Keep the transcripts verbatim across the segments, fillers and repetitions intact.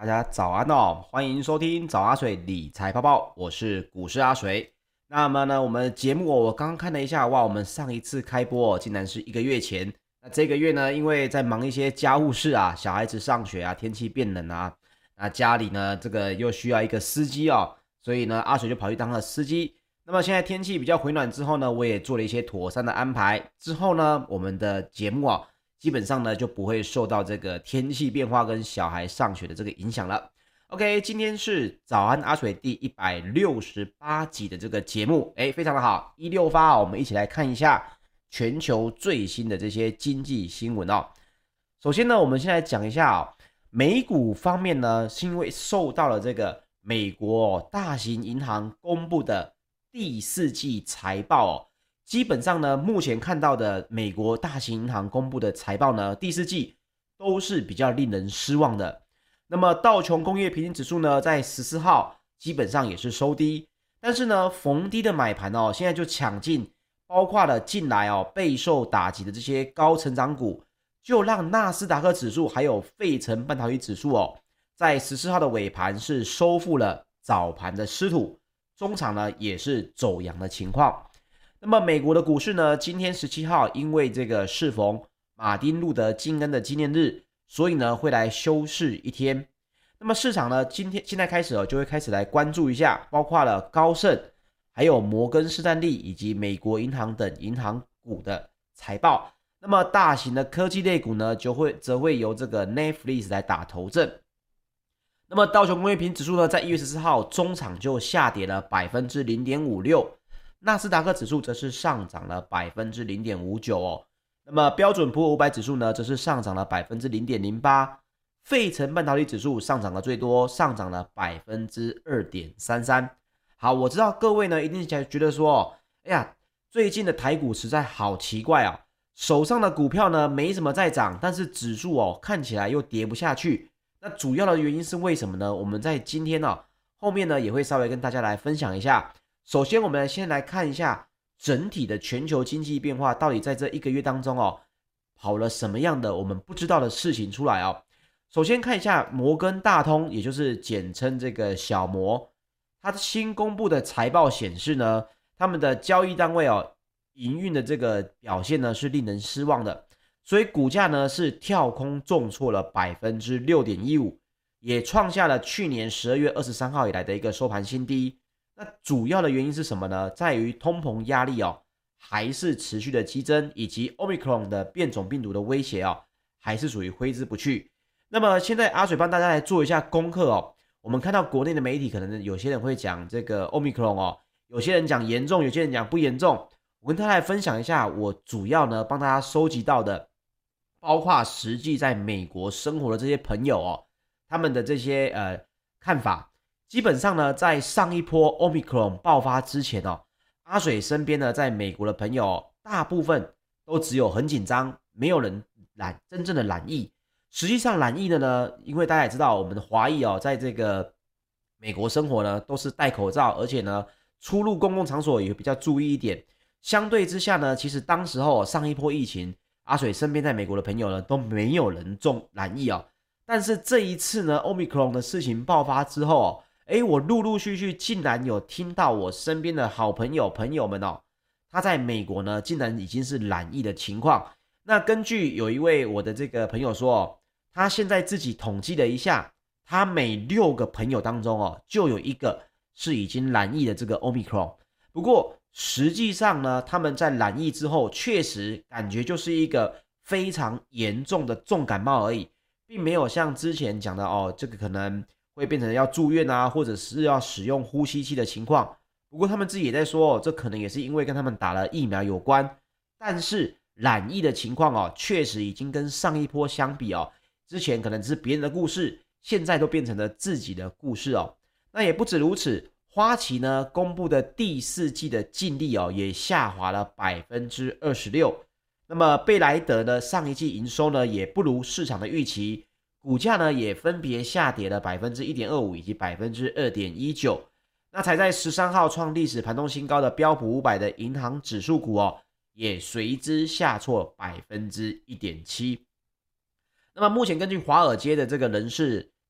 大家早安哦，欢迎收听早阿水理财泡泡，我是股市阿水。那么呢，我们节目哦，我刚刚看了一下，哇，我们上一次开播哦，竟然是一个月前。那这个月呢，因为在忙一些家务事啊，小孩子上学啊，天气变冷啊，那家里呢，这个又需要一个司机哦，所以呢，阿水就跑去当了司机。那么现在天气比较回暖之后呢，我也做了一些妥善的安排。之后呢，我们的节目啊，基本上呢就不会受到这个天气变化跟小孩上学的这个影响了。OK，今天是早安阿水第一百六十八集的这个节目，哎，非常的好，一六发哦，我们一起来看一下全球最新的这些经济新闻哦。首先呢，我们先来讲一下哦，美股方面呢，是因为受到了这个美国、哦、大型银行公布的第四季财报哦，基本上呢，目前看到的美国大型银行公布的财报呢，第四季都是比较令人失望的。那么道琼工业平均指数呢，在十四号基本上也是收低，但是呢，逢低的买盘哦，现在就抢进，包括了近来哦备受打击的这些高成长股，就让纳斯达克指数还有费城半导体指数哦，在十四号的尾盘是收复了早盘的失土，中场呢也是走阳的情况。那么美国的股市呢，今天十七号因为这个适逢马丁路德金恩的纪念日，所以呢会来休市一天。那么市场呢，今天现在开始哦，就会开始来关注一下，包括了高盛、还有摩根士丹利以及美国银行等银行股的财报。那么大型的科技类股呢，就会则会由这个 Netflix 来打头阵。那么道琼工业平均指数呢，在一月十四号中场就下跌了 百分之零点五六， 纳斯达克指数则是上涨了 百分之零点五九 哦。那么标准普尔五百指数呢，则是上涨了 百分之零点零八， 费城半导体指数上涨了最多，上涨了 百分之二点三三。 好，我知道各位呢一定觉得说，哎呀，最近的台股实在好奇怪哦，手上的股票呢没什么在涨，但是指数哦看起来又跌不下去。那主要的原因是为什么呢？我们在今天呢、哦、后面呢也会稍微跟大家来分享一下。首先我们先来看一下整体的全球经济变化，到底在这一个月当中哦跑了什么样的我们不知道的事情出来哦。首先看一下摩根大通，也就是简称这个小摩，它新公布的财报显示呢，他们的交易单位哦营运的这个表现呢是令人失望的，所以股价呢是跳空重挫了 百分之六点一五， 也创下了去年十二月二十三号以来的一个收盘新低。那主要的原因是什么呢？在于通膨压力哦还是持续的激增，以及 Omicron 的变种病毒的威胁哦还是属于挥之不去。那么现在阿水帮大家来做一下功课哦。我们看到国内的媒体，可能有些人会讲这个 Omicron 哦，有些人讲严重，有些人讲不严重。我跟大家来分享一下，我主要呢帮大家收集到的，包括实际在美国生活的这些朋友哦，他们的这些呃看法。基本上呢，在上一波 Omicron 爆发之前哦，阿水身边呢，在美国的朋友、哦、大部分都只有很紧张，没有人染真正的染疫。实际上染疫的呢，因为大家也知道，我们的华裔哦，在这个美国生活呢，都是戴口罩，而且呢，出入公共场所也比较注意一点。相对之下呢，其实当时候上一波疫情，阿水身边在美国的朋友呢，都没有人中染疫哦。但是这一次呢 ，Omicron 的事情爆发之后哦，诶，我陆陆续续竟然有听到我身边的好朋友朋友们哦，他在美国呢，竟然已经是染疫的情况。那根据有一位我的这个朋友说哦，他现在自己统计了一下，他每六个朋友当中哦，就有一个是已经染疫的这个 Omicron。不过实际上呢，他们在染疫之后，确实感觉就是一个非常严重的重感冒而已，并没有像之前讲的哦，这个可能会变成要住院啊，或者是要使用呼吸器的情况。不过他们自己也在说、哦、这可能也是因为跟他们打了疫苗有关。但是染疫的情况哦，确实已经跟上一波相比哦，之前可能是别人的故事，现在都变成了自己的故事哦。那也不止如此，花旗呢公布的第四季的净利哦，也下滑了 百分之二十六。那么贝莱德的上一季营收呢，也不如市场的预期。股价呢也分别下跌了 百分之一点二五 以及 百分之二点一九。那才在十三号创历史盘中新高的标普五百的银行指数股哦，也随之下挫 百分之一点七。那么目前根据华尔街的这个人士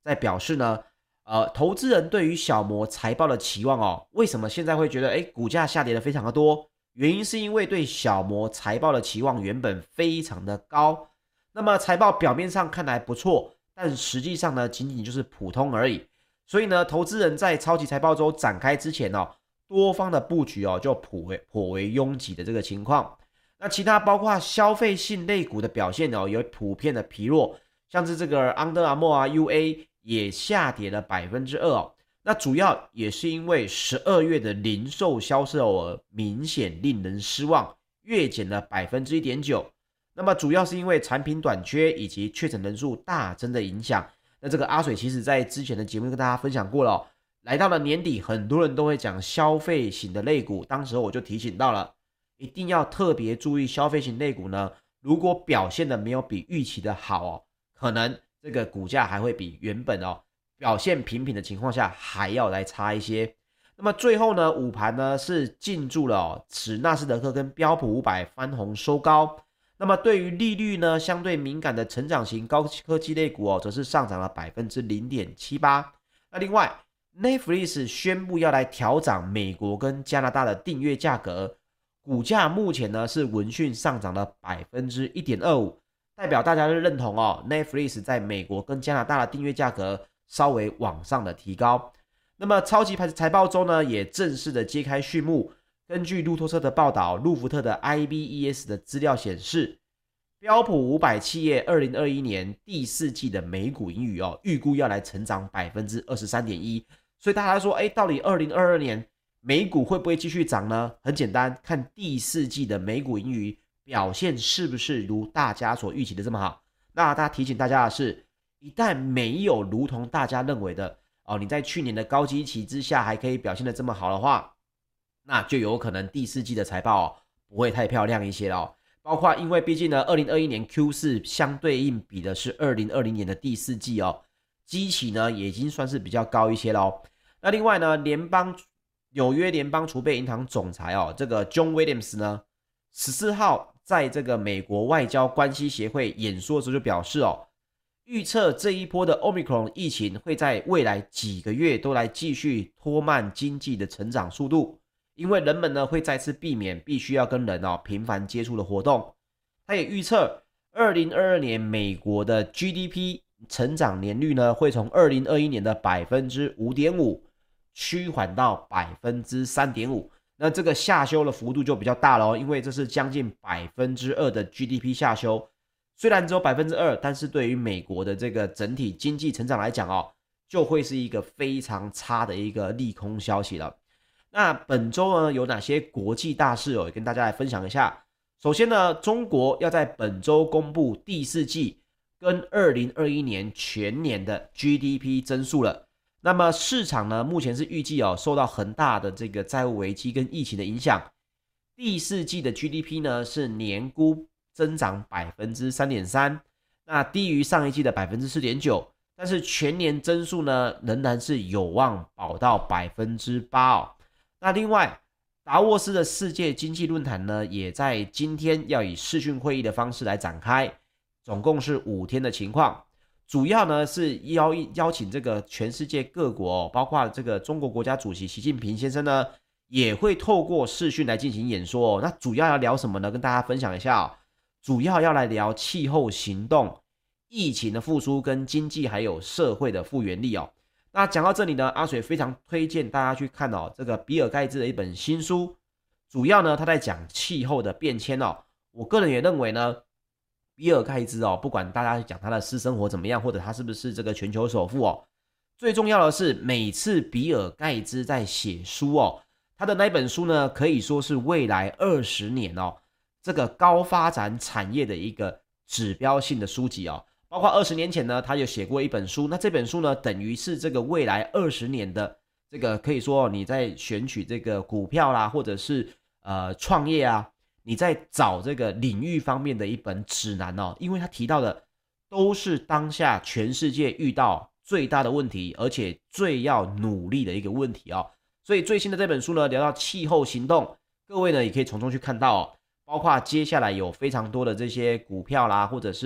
在表示呢，呃，投资人对于小摩财报的期望哦，为什么现在会觉得哎股价下跌的非常的多？原因是因为对小摩财报的期望原本非常的高，那么财报表面上看来不错，但实际上呢，仅仅就是普通而已。所以呢，投资人在超级财报周展开之前哦，多方的布局哦，就颇为颇为拥挤的这个情况。那其他包括消费性类股的表现哦，有普遍的疲弱，像是这个 Under Armour 啊 U A 也下跌了 百分之二 哦。那主要也是因为十二月的零售销售额明显令人失望，月减了 百分之一点九。那么主要是因为产品短缺以及确诊人数大增的影响。那这个阿水其实在之前的节目跟大家分享过了哦，来到了年底，很多人都会讲消费型的类股，当时我就提醒到了，一定要特别注意消费型类股呢，如果表现的没有比预期的好哦，可能这个股价还会比原本哦表现平平的情况下还要来差一些。那么最后呢，午盘呢是进驻了哦，使纳斯达克跟标普五百翻红收高。那么对于利率呢相对敏感的成长型高科技类股哦，则是上涨了 百分之零点七八。那另外 Netflix 宣布要来调涨美国跟加拿大的订阅价格，股价目前呢是闻讯上涨了 百分之一点二五， 代表大家的认同哦 Netflix 在美国跟加拿大的订阅价格稍微往上的提高。那么超级财报周呢也正式的揭开序幕。根据路透社的报道，路福特的 I B E S 的资料显示，标普五百企业二零二一年第四季的每股盈余哦，预估要来成长 百分之二十三点一。 所以大家说，哎，到底二零二二年美股会不会继续涨呢？很简单，看第四季的每股盈余表现是不是如大家所预期的这么好。那大家提醒大家的是，一旦没有如同大家认为的哦，你在去年的高基期之下还可以表现的这么好的话，那就有可能第四季的财报、哦、不会太漂亮一些了、哦。包括因为毕竟呢二零二一年 Q 四 相对应比的是二零二零年的第四季哦，基期呢也已经算是比较高一些了、哦。那另外呢，联邦纽约联邦储备银行总裁哦，这个 John Williams 呢，十四号在这个美国外交关系协会演说的时候就表示哦，预测这一波的 Omicron 疫情会在未来几个月都来继续拖慢经济的成长速度。因为人们呢会再次避免必须要跟人哦频繁接触的活动。他也预测二零二二年美国的 G D P 成长年率呢会从二零二一年的 百分之五点五 趋缓到 百分之三点五。 那这个下修的幅度就比较大了哦，因为这是将近 百分之二 的 G D P 下修。虽然只有 百分之二， 但是对于美国的这个整体经济成长来讲哦，就会是一个非常差的一个利空消息了。那本周呢有哪些国际大事哦，也跟大家来分享一下。首先呢，中国要在本周公布第四季跟二零二一年全年的 G D P 增速了。那么市场呢目前是预计哦，受到很大的这个债务危机跟疫情的影响，第四季的 G D P 呢是年估增长 百分之三点三， 那低于上一季的 百分之四点九， 但是全年增速呢仍然是有望保到 百分之八 哦。那另外，达沃斯的世界经济论坛呢，也在今天要以视讯会议的方式来展开，总共是五天的情况，主要呢是邀邀请这个全世界各国、哦，包括这个中国国家主席习近平先生呢，也会透过视讯来进行演说、哦。那主要要聊什么呢？跟大家分享一下、哦，主要要来聊气候行动、疫情的复苏跟经济还有社会的复原力哦。那讲到这里呢，阿水非常推荐大家去看哦，这个比尔盖茨的一本新书，主要呢他在讲气候的变迁哦。我个人也认为呢，比尔盖茨哦，不管大家讲他的私生活怎么样，或者他是不是这个全球首富哦，最重要的是每次比尔盖茨在写书哦，他的那本书呢可以说是未来二十年哦这个高发展产业的一个指标性的书籍哦。包括二十年前呢，他有写过一本书，那这本书呢，等于是这个未来二十年的这个可以说你在选取这个股票啦，或者是呃创业啊，你在找这个领域方面的一本指南哦，因为他提到的都是当下全世界遇到最大的问题，而且最要努力的一个问题哦。所以最新的这本书呢，聊到气候行动，各位呢也可以从中去看到哦，包括接下来有非常多的这些股票啦，或者是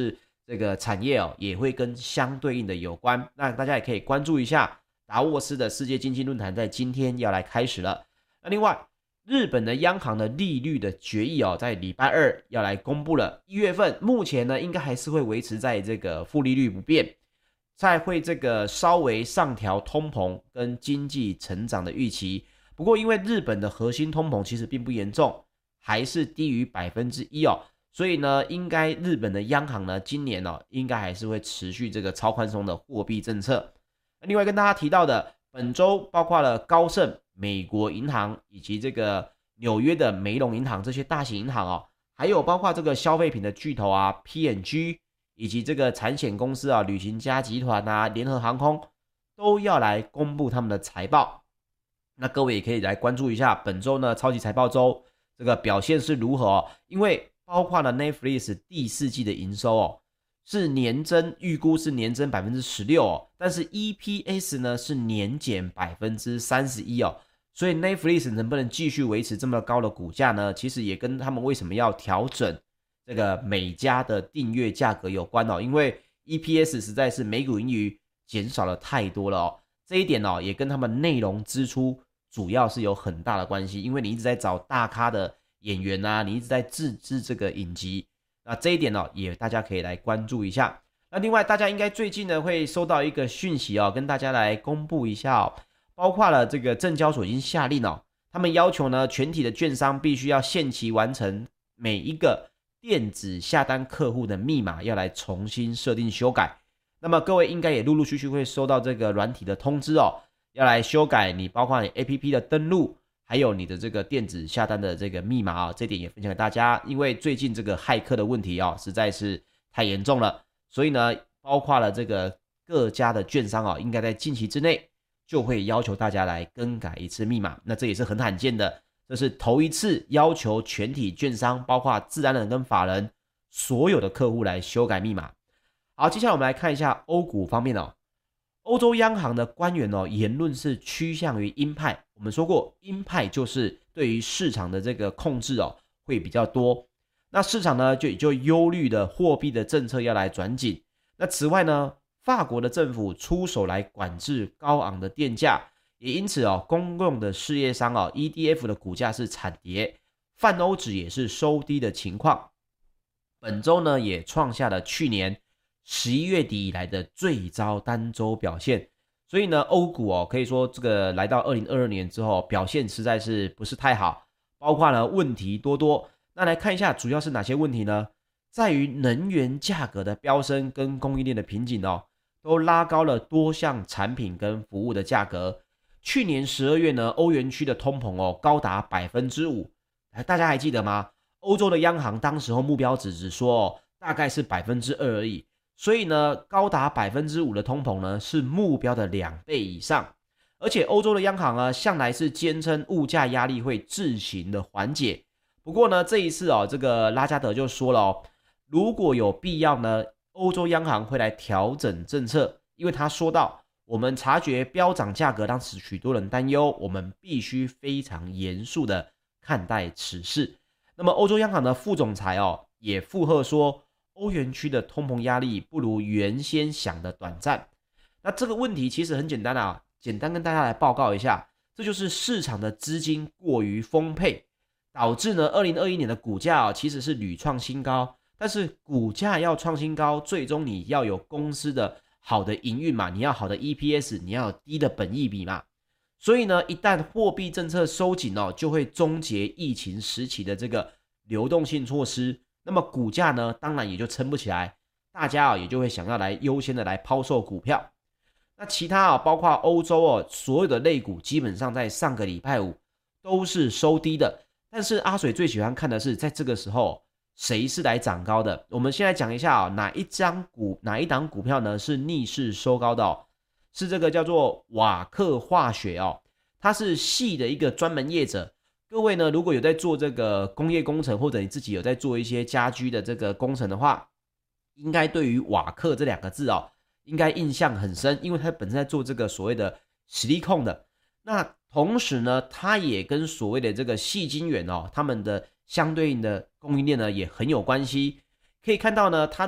这个产业哦，也会跟相对应的有关。那大家也可以关注一下达沃斯的世界经济论坛，在今天要来开始了。那另外，日本的央行的利率的决议哦，在礼拜二要来公布了。一月份目前呢，应该还是会维持在这个负利率不变，再会这个稍微上调通膨跟经济成长的预期。不过，因为日本的核心通膨其实并不严重，还是低于百分之一哦。所以呢，应该日本的央行呢，今年哦，应该还是会持续这个超宽松的货币政策。另外跟大家提到的，本周包括了高盛、美国银行以及这个纽约的梅隆银行这些大型银行哦，还有包括这个消费品的巨头啊 P and G 以及这个产险公司啊旅行家集团啊联合航空都要来公布他们的财报。那各位也可以来关注一下本周呢超级财报周这个表现是如何哦，因为包括了 Netflix 第四季的营收哦，是年增，预估是年增 百分之十六 哦，但是 E P S 呢是年减 百分之三十一 哦，所以 Netflix 能不能继续维持这么高的股价呢？其实也跟他们为什么要调整这个每家的订阅价格有关哦，因为 E P S 实在是每股盈余减少了太多了哦，这一点哦也跟他们内容支出主要是有很大的关系，因为你一直在找大咖的演员啊，你一直在自制这个影集，那这一点哦，也大家可以来关注一下。那另外，大家应该最近呢会收到一个讯息哦，跟大家来公布一下哦，包括了这个证交所已经下令哦，他们要求呢全体的券商必须要限期完成每一个电子下单客户的密码要来重新设定修改。那么各位应该也陆陆续续会收到这个软体的通知哦，要来修改你包括你 A P P 的登录。还有你的这个电子下单的这个密码啊，这点也分享给大家。因为最近这个骇客的问题啊，实在是太严重了，所以呢，包括了这个各家的券商啊，应该在近期之内就会要求大家来更改一次密码。那这也是很罕见的，这是头一次要求全体券商，包括自然人跟法人所有的客户来修改密码。好，接下来我们来看一下欧股方面哦。欧洲央行的官员哦，言论是趋向于鹰派。我们说过，鹰派就是对于市场的这个控制哦，会比较多。那市场呢，就就忧虑的货币的政策要来转紧。那此外呢，法国的政府出手来管制高昂的电价，也因此哦，公共的事业商哦 ，E D F 的股价是惨跌，泛欧指也是收低的情况。本周呢，也创下了去年十一月底以来的最糟单周表现，所以呢，欧股哦，可以说这个来到二零二二年之后，表现实在是不是太好，包括呢问题多多。那来看一下主要是哪些问题呢？在于能源价格的飙升跟供应链的瓶颈哦，都拉高了多项产品跟服务的价格。去年十二月呢，欧元区的通膨哦高达 百分之五， 大家还记得吗？欧洲的央行当时候目标值只说哦，大概是 百分之二 而已。所以呢，高达 百分之五 的通膨呢，是目标的两倍以上。而且欧洲的央行呢，向来是坚称物价压力会自行的缓解。不过呢，这一次哦，这个拉加德就说了哦，如果有必要呢，欧洲央行会来调整政策，因为他说到，我们察觉飙涨价格让许多人担忧，我们必须非常严肃的看待此事。那么欧洲央行的副总裁哦，也附和说，欧元区的通膨压力不如原先想的短暂。那这个问题其实很简单啊，简单跟大家来报告一下，这就是市场的资金过于丰沛，导致呢二零二一年的股价、哦、其实是屡创新高，但是股价要创新高，最终你要有公司的好的营运嘛，你要好的 E P S， 你要有低的本益比嘛。所以呢，一旦货币政策收紧哦，就会终结疫情时期的这个流动性措施。那么股价呢，当然也就撑不起来，大家啊也就会想要来优先的来抛售股票。那其他啊，包括欧洲哦，所有的类股基本上在上个礼拜五都是收低的。但是阿水最喜欢看的是，在这个时候谁是来涨高的？我们先来讲一下啊，哪一张股哪一档股票呢是逆势收高的哦？是这个叫做瓦克化学哦，它是矽的一个专门业者。各位呢，如果有在做这个工业工程，或者你自己有在做一些家居的这个工程的话，应该对于瓦克这两个字哦，应该印象很深，因为它本身在做这个所谓的矽利康的。那同时呢，它也跟所谓的这个矽晶圆哦，他们的相对应的供应链呢也很有关系。可以看到呢，它的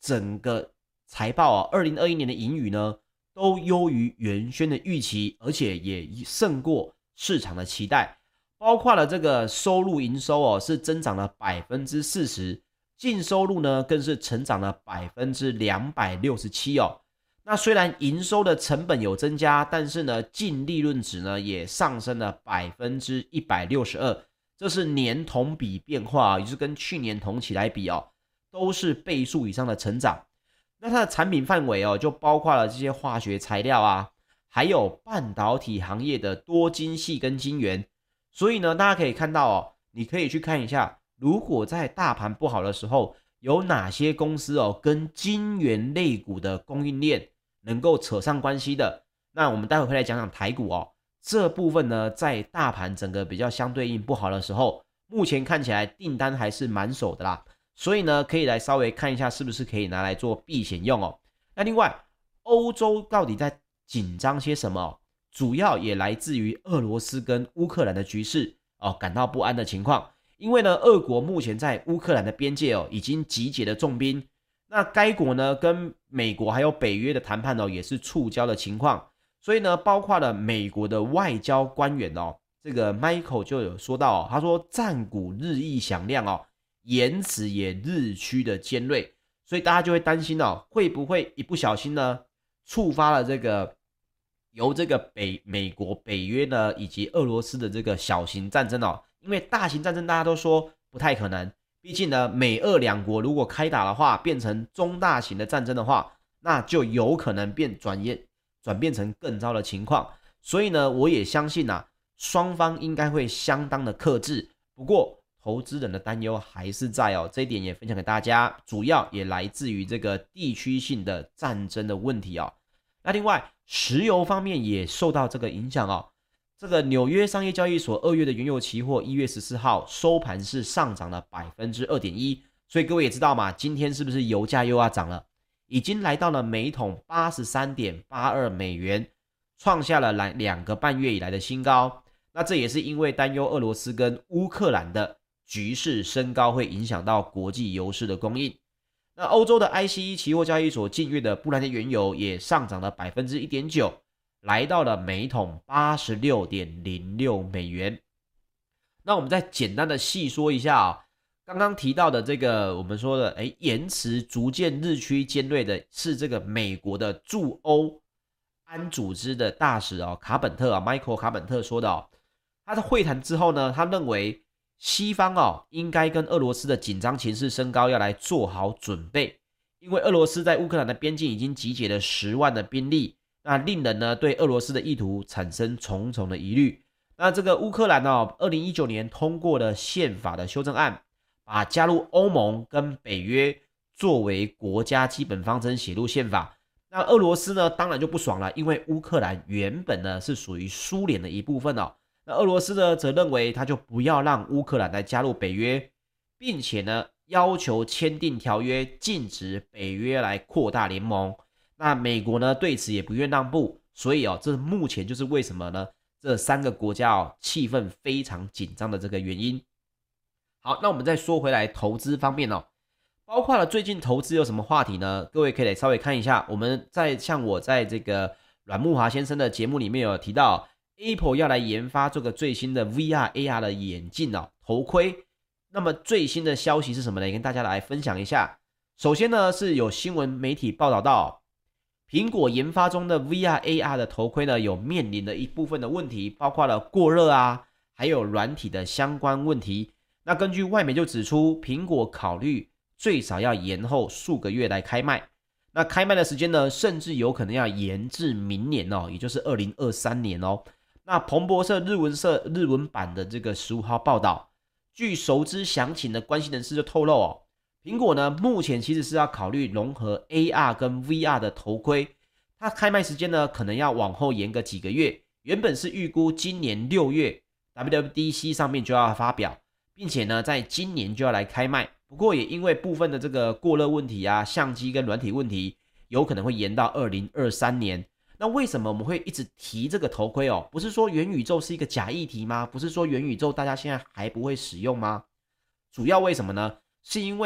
整个财报啊，二零二一年的盈余呢，都优于原先的预期，而且也胜过市场的期待。包括了这个收入营收哦，是增长了 百分之四十， 净收入呢更是成长了 百分之两百六十七 哦。那虽然营收的成本有增加，但是呢，净利润值呢也上升了 百分之一百六十二， 这是年同比变化，也就是跟去年同期来比哦，都是倍数以上的成长。那它的产品范围哦，就包括了这些化学材料啊，还有半导体行业的多晶系跟晶圆。所以呢，大家可以看到哦，你可以去看一下，如果在大盘不好的时候，有哪些公司哦跟晶圆类股的供应链能够扯上关系的。那我们待会会来讲讲台股哦，这部分呢，在大盘整个比较相对应不好的时候，目前看起来订单还是满手的啦。所以呢，可以来稍微看一下是不是可以拿来做避险用哦。那另外，欧洲到底在紧张些什么？主要也来自于俄罗斯跟乌克兰的局势哦，感到不安的情况。因为呢，俄国目前在乌克兰的边界哦，已经集结了重兵。那该国呢，跟美国还有北约的谈判哦，也是触礁的情况。所以呢，包括了美国的外交官员哦，这个 Michael 就有说到哦，他说战鼓日益响亮哦，言辞也日趋的尖锐。所以大家就会担心哦，会不会一不小心呢，触发了这个由这个北美国、北约呢以及俄罗斯的这个小型战争哦，因为大型战争大家都说不太可能，毕竟呢，美俄两国如果开打的话，变成中大型的战争的话，那就有可能变转变转变成更糟的情况。所以呢，我也相信啊，双方应该会相当的克制。不过，投资人的担忧还是在哦，这一点也分享给大家，主要也来自于这个地区性的战争的问题哦。那另外，石油方面也受到这个影响哦。这个纽约商业交易所二月的原油期货一月十四号收盘是上涨了 百分之二点一， 所以各位也知道嘛，今天是不是油价又要涨了？已经来到了每桶 八十三点八二美元，创下了两个半月以来的新高。那这也是因为担忧俄罗斯跟乌克兰的局势升高会影响到国际油市的供应。那欧洲的 I C E 期货交易所近月的布兰特原油也上涨了 百分之一点九， 来到了每桶 八十六点零六美元。那我们再简单的细说一下啊、哦，刚刚提到的这个我们说的诶延迟逐渐日趋尖锐的是这个美国的驻欧安组织的大使哦卡本特啊 Michael 卡本特说的哦，他的会谈之后呢，他认为西方哦，应该跟俄罗斯的紧张情势升高要来做好准备，因为俄罗斯在乌克兰的边境已经集结了十万的兵力，那令人呢对俄罗斯的意图产生重重的疑虑。那这个乌克兰哦，二零一九年通过了宪法的修正案，把加入欧盟跟北约作为国家基本方针写入宪法。那俄罗斯呢，当然就不爽了，因为乌克兰原本呢是属于苏联的一部分哦。那俄罗斯呢，则认为他就不要让乌克兰来加入北约，并且呢，要求签订条约，禁止北约来扩大联盟。那美国呢，对此也不愿让步，所以哦，这目前就是为什么呢？这三个国家哦，气氛非常紧张的这个原因。好，那我们再说回来投资方面哦，包括了最近投资有什么话题呢？各位可以来稍微看一下，我们在像我在这个阮木华先生的节目里面有提到。Apple 要来研发这个最新的 V R、A R 的眼镜哦，头盔。那么最新的消息是什么呢？跟大家来分享一下。首先呢，是有新闻媒体报道到，苹果研发中的 V R、A R 的头盔呢，有面临的一部分的问题，包括了过热啊，还有软体的相关问题。那根据外媒就指出，苹果考虑最少要延后数个月来开卖。那开卖的时间呢，甚至有可能要延至明年哦，也就是二零二三年哦。那彭博社日文社日文版的这个十五号报道，据熟知详情的关系人士就透露哦，苹果呢目前其实是要考虑融合 A R 跟 V R 的头盔，它开卖时间呢可能要往后延个几个月，原本是预估今年六月 W W D C 上面就要发表，并且呢在今年就要来开卖，不过也因为部分的这个过热问题啊，相机跟软体问题，有可能会延到二零二三年。那为什么我们会一直提这个头盔哦？不是说元宇宙是一个假议题吗？不是说元宇宙大家现在还不会使用吗？主要为什么呢？是因为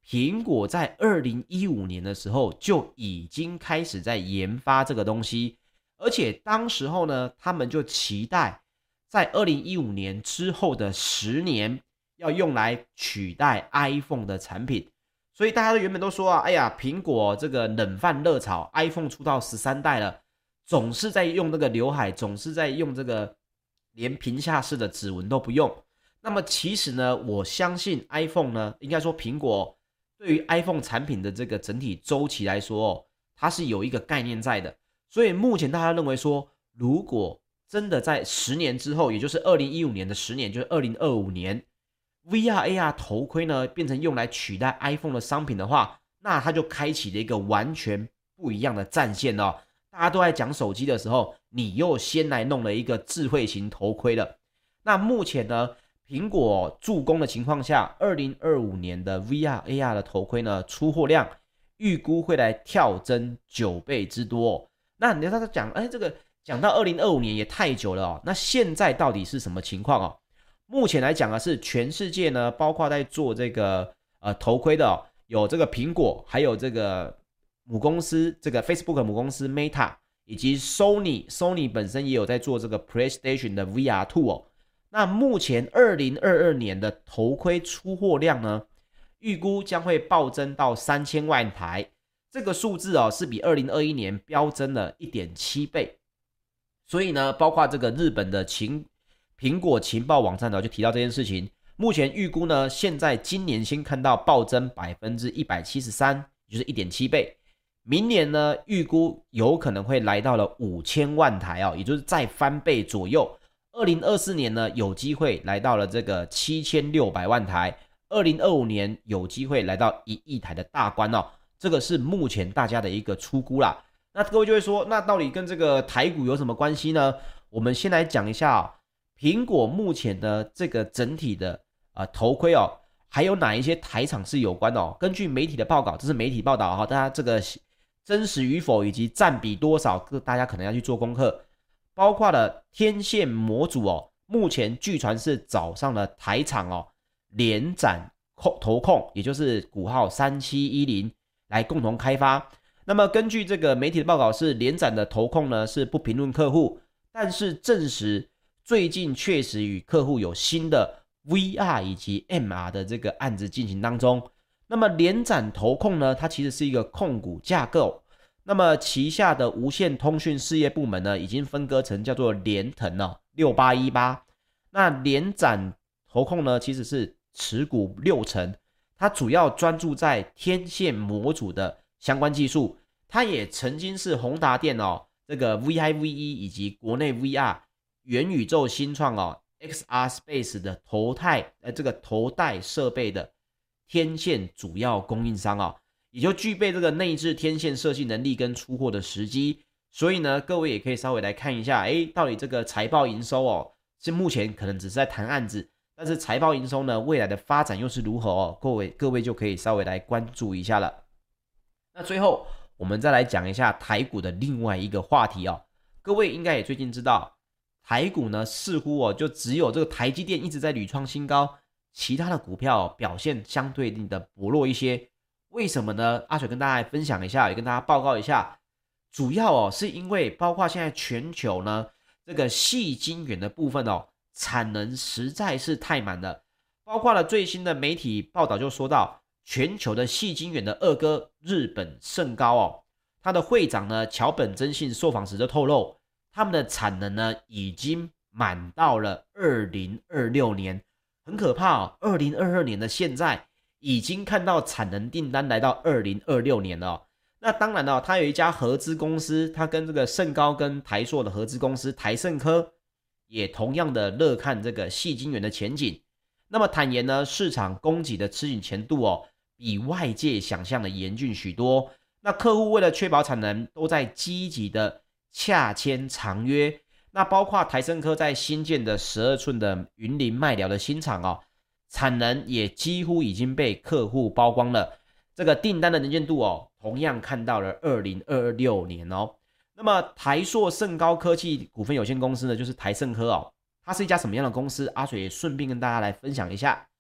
苹果在二零一五年的时候就已经开始在研发这个东西，而且当时候呢，他们就期待在二零一五年之后的十年要用来取代 iPhone 的产品。所以大家都原本都说啊，哎呀，苹果这个冷饭热炒 ，iPhone 出到十三代了，总是在用这个刘海，总是在用这个连屏下式的指纹都不用。那么其实呢，我相信 iPhone 呢，应该说苹果对于 iPhone 产品的这个整体周期来说，哦，它是有一个概念在的。所以目前大家认为说，如果真的在十年之后，也就是二零一五年的十年，就是二零二五年 V R A R 头盔呢变成用来取代 iPhone 的商品的话，那它就开启了一个完全不一样的战线哦。大家都在讲手机的时候，你又先来弄了一个智慧型头盔了。那目前呢，苹果助攻的情况下，二零二五年的 V R A R 的头盔呢，出货量预估会来跳增九倍之多哦。那你要讲，哎，这个讲到二零二五年也太久了哦。那现在到底是什么情况哦？目前来讲的是全世界呢，包括在做这个呃头盔的哦，有这个苹果，还有这个母公司这个 Facebook 母公司 Meta， 以及 Sony Sony 本身也有在做这个 PlayStation 的 V R 二 哦。那目前二零二二年的头盔出货量呢，预估将会暴增到三千万台，这个数字哦是比二零二一年飙增了 一点七倍。所以呢，包括这个日本的情苹果情报网站呢就提到这件事情，目前预估呢，现在今年先看到暴增 百分之一百七十三， 也就是 一点七倍。明年呢，预估有可能会来到了五千万台哦，也就是再翻倍左右。二零二四年呢，有机会来到了这个七千六百万台，二零二五年有机会来到一亿台的大关哦。这个是目前大家的一个初估啦。那各位就会说，那到底跟这个台股有什么关系呢？我们先来讲一下哦，苹果目前的这个整体的呃头盔哦，还有哪一些台厂是有关的哦？根据媒体的报告，这是媒体报道哈，大家这个真实与否以及占比多少，大家可能要去做功课。包括了天线模组哦，目前据传是找上了台厂哦，联展投控，也就是股号三七一零来共同开发。那么根据这个媒体的报告是，联展的投控呢是不评论客户，但是证实最近确实与客户有新的 V R 以及 M R 的这个案子进行当中。那么联展投控呢，它其实是一个控股架构。那么旗下的无线通讯事业部门呢，已经分割成叫做联腾哦，六八一八。那联展投控呢，其实是持股六成，它主要专注在天线模组的相关技术。它也曾经是宏达电哦，这个 V I V E 以及国内 V R 元宇宙新创哦 X R Space 的头戴呃这个头戴设备的天线主要供应商哦。也就具备这个内置天线设计能力跟出货的时机，所以呢，各位也可以稍微来看一下，哎，到底这个财报营收哦，是目前可能只是在谈案子，但是财报营收呢，未来的发展又是如何哦？各位各位就可以稍微来关注一下了。那最后我们再来讲一下台股的另外一个话题哦，各位应该也最近知道，台股呢似乎哦就只有这个台积电一直在屡创新高，其他的股票、哦、表现相对应的薄弱一些。为什么呢？阿水跟大家来分享一下，也跟大家报告一下，主要哦是因为包括现在全球呢这个矽晶圆的部分哦，产能实在是太满了，包括了最新的媒体报道就说到，全球的矽晶圆的二哥日本盛高哦，他的会长呢桥本真信受访时就透露，他们的产能呢已经满到了二零二六年，很可怕哦，二零二二年的现在。已经看到产能订单来到二零二六年了、哦、那当然了、哦，他有一家合资公司，他跟这个盛高跟台塑的合资公司台盛科也同样的热看这个矽晶圆的前景。那么坦言呢，市场供给的吃紧程度哦，比外界想象的严峻许多。那客户为了确保产能，都在积极的洽签长约。那包括台盛科在新建的十二寸的云林麦寮的新厂哦。产能也几乎已经被客户包光了，这个订单的能见度哦，同样看到了二零二六年哦。那么台塑盛高科技股份有限公司呢，就是台盛科哦，它是一家什么样的公司？阿水也顺便跟大家来分享一下。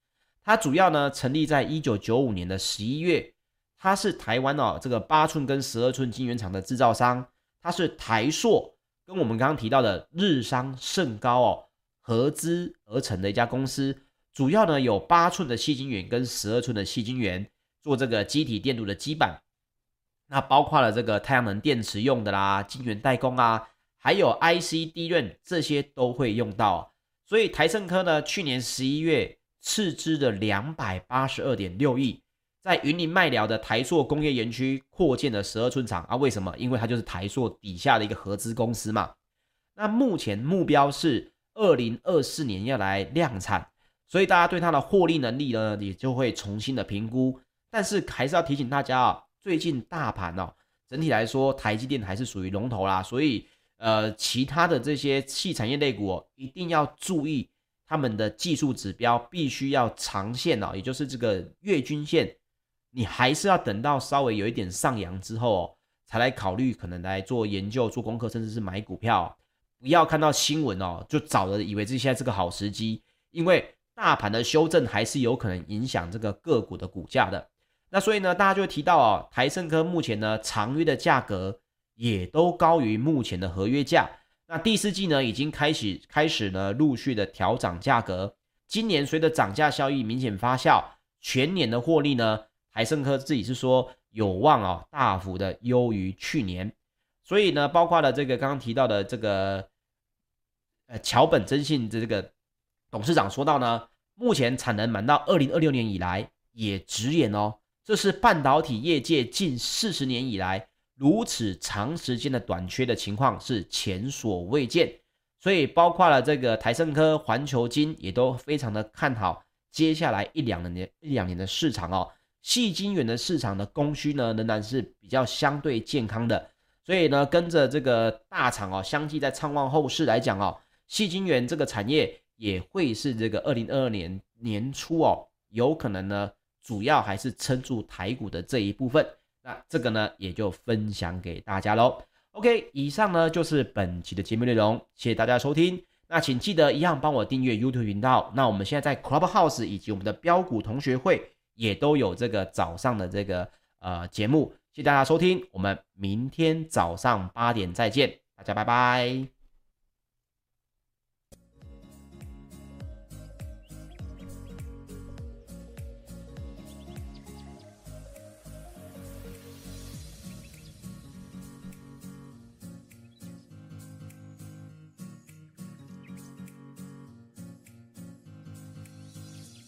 它主要呢成立在一九九五年的十一月，它是台湾哦这个八寸跟十二寸晶圆厂的制造商，它是台塑跟我们刚刚提到的日商盛高哦合资而成的一家公司，主要呢有八寸的矽晶圆跟十二寸的矽晶圆做这个基体电路的基板，那包括了这个太阳能电池用的啦，晶圆代工啊，还有 I C DRAM 这些都会用到。所以台胜科呢去年十一月斥资了 两百八十二点六亿，在云林麦寮的台塑工业园区扩建了十二寸厂啊。为什么？因为它就是台塑底下的一个合资公司嘛。那目前目标是二零二四年要来量产，所以大家对它的获利能力呢也就会重新的评估。但是还是要提醒大家啊，最近大盘哦整体来说台积电还是属于龙头啦，所以呃其他的这些矽产业类股哦一定要注意他们的技术指标必须要长线哦，也就是这个月均线，你还是要等到稍微有一点上扬之后哦，才来考虑可能来做研究、做功课，甚至是买股票哦。不要看到新闻哦就早了以为这现在是个好时机，因为大盘的修正还是有可能影响这个个股的股价的。那所以呢，大家就会提到哦，台胜科目前呢长约的价格也都高于目前的合约价。那第四季呢，已经开始开始呢陆续的调涨价格。今年随着涨价效益明显发酵，全年的获利呢，台胜科自己是说有望哦大幅的优于去年。所以呢，包括了这个刚刚提到的这个呃桥本真信的这个董事长说到呢，目前产能满到二零二六年以来，也直言哦，这是半导体业界近四十年以来如此长时间的短缺的情况是前所未见，所以包括了这个台胜科、环球晶也都非常的看好接下来一两年一两年的市场哦。矽晶圆的市场的供需呢，仍然是比较相对健康的，所以呢，跟着这个大厂哦，相继在畅望后市来讲哦，矽晶圆这个产业也会是这个二零二二年年初哦，有可能呢，主要还是撑住台股的这一部分。那这个呢也就分享给大家咯。 OK， 以上呢就是本期的节目内容，谢谢大家收听。那请记得一样帮我订阅 YouTube 频道。那我们现在在 Clubhouse 以及我们的标股同学会也都有这个早上的这个呃节目，谢谢大家收听，我们明天早上八点再见，大家拜拜。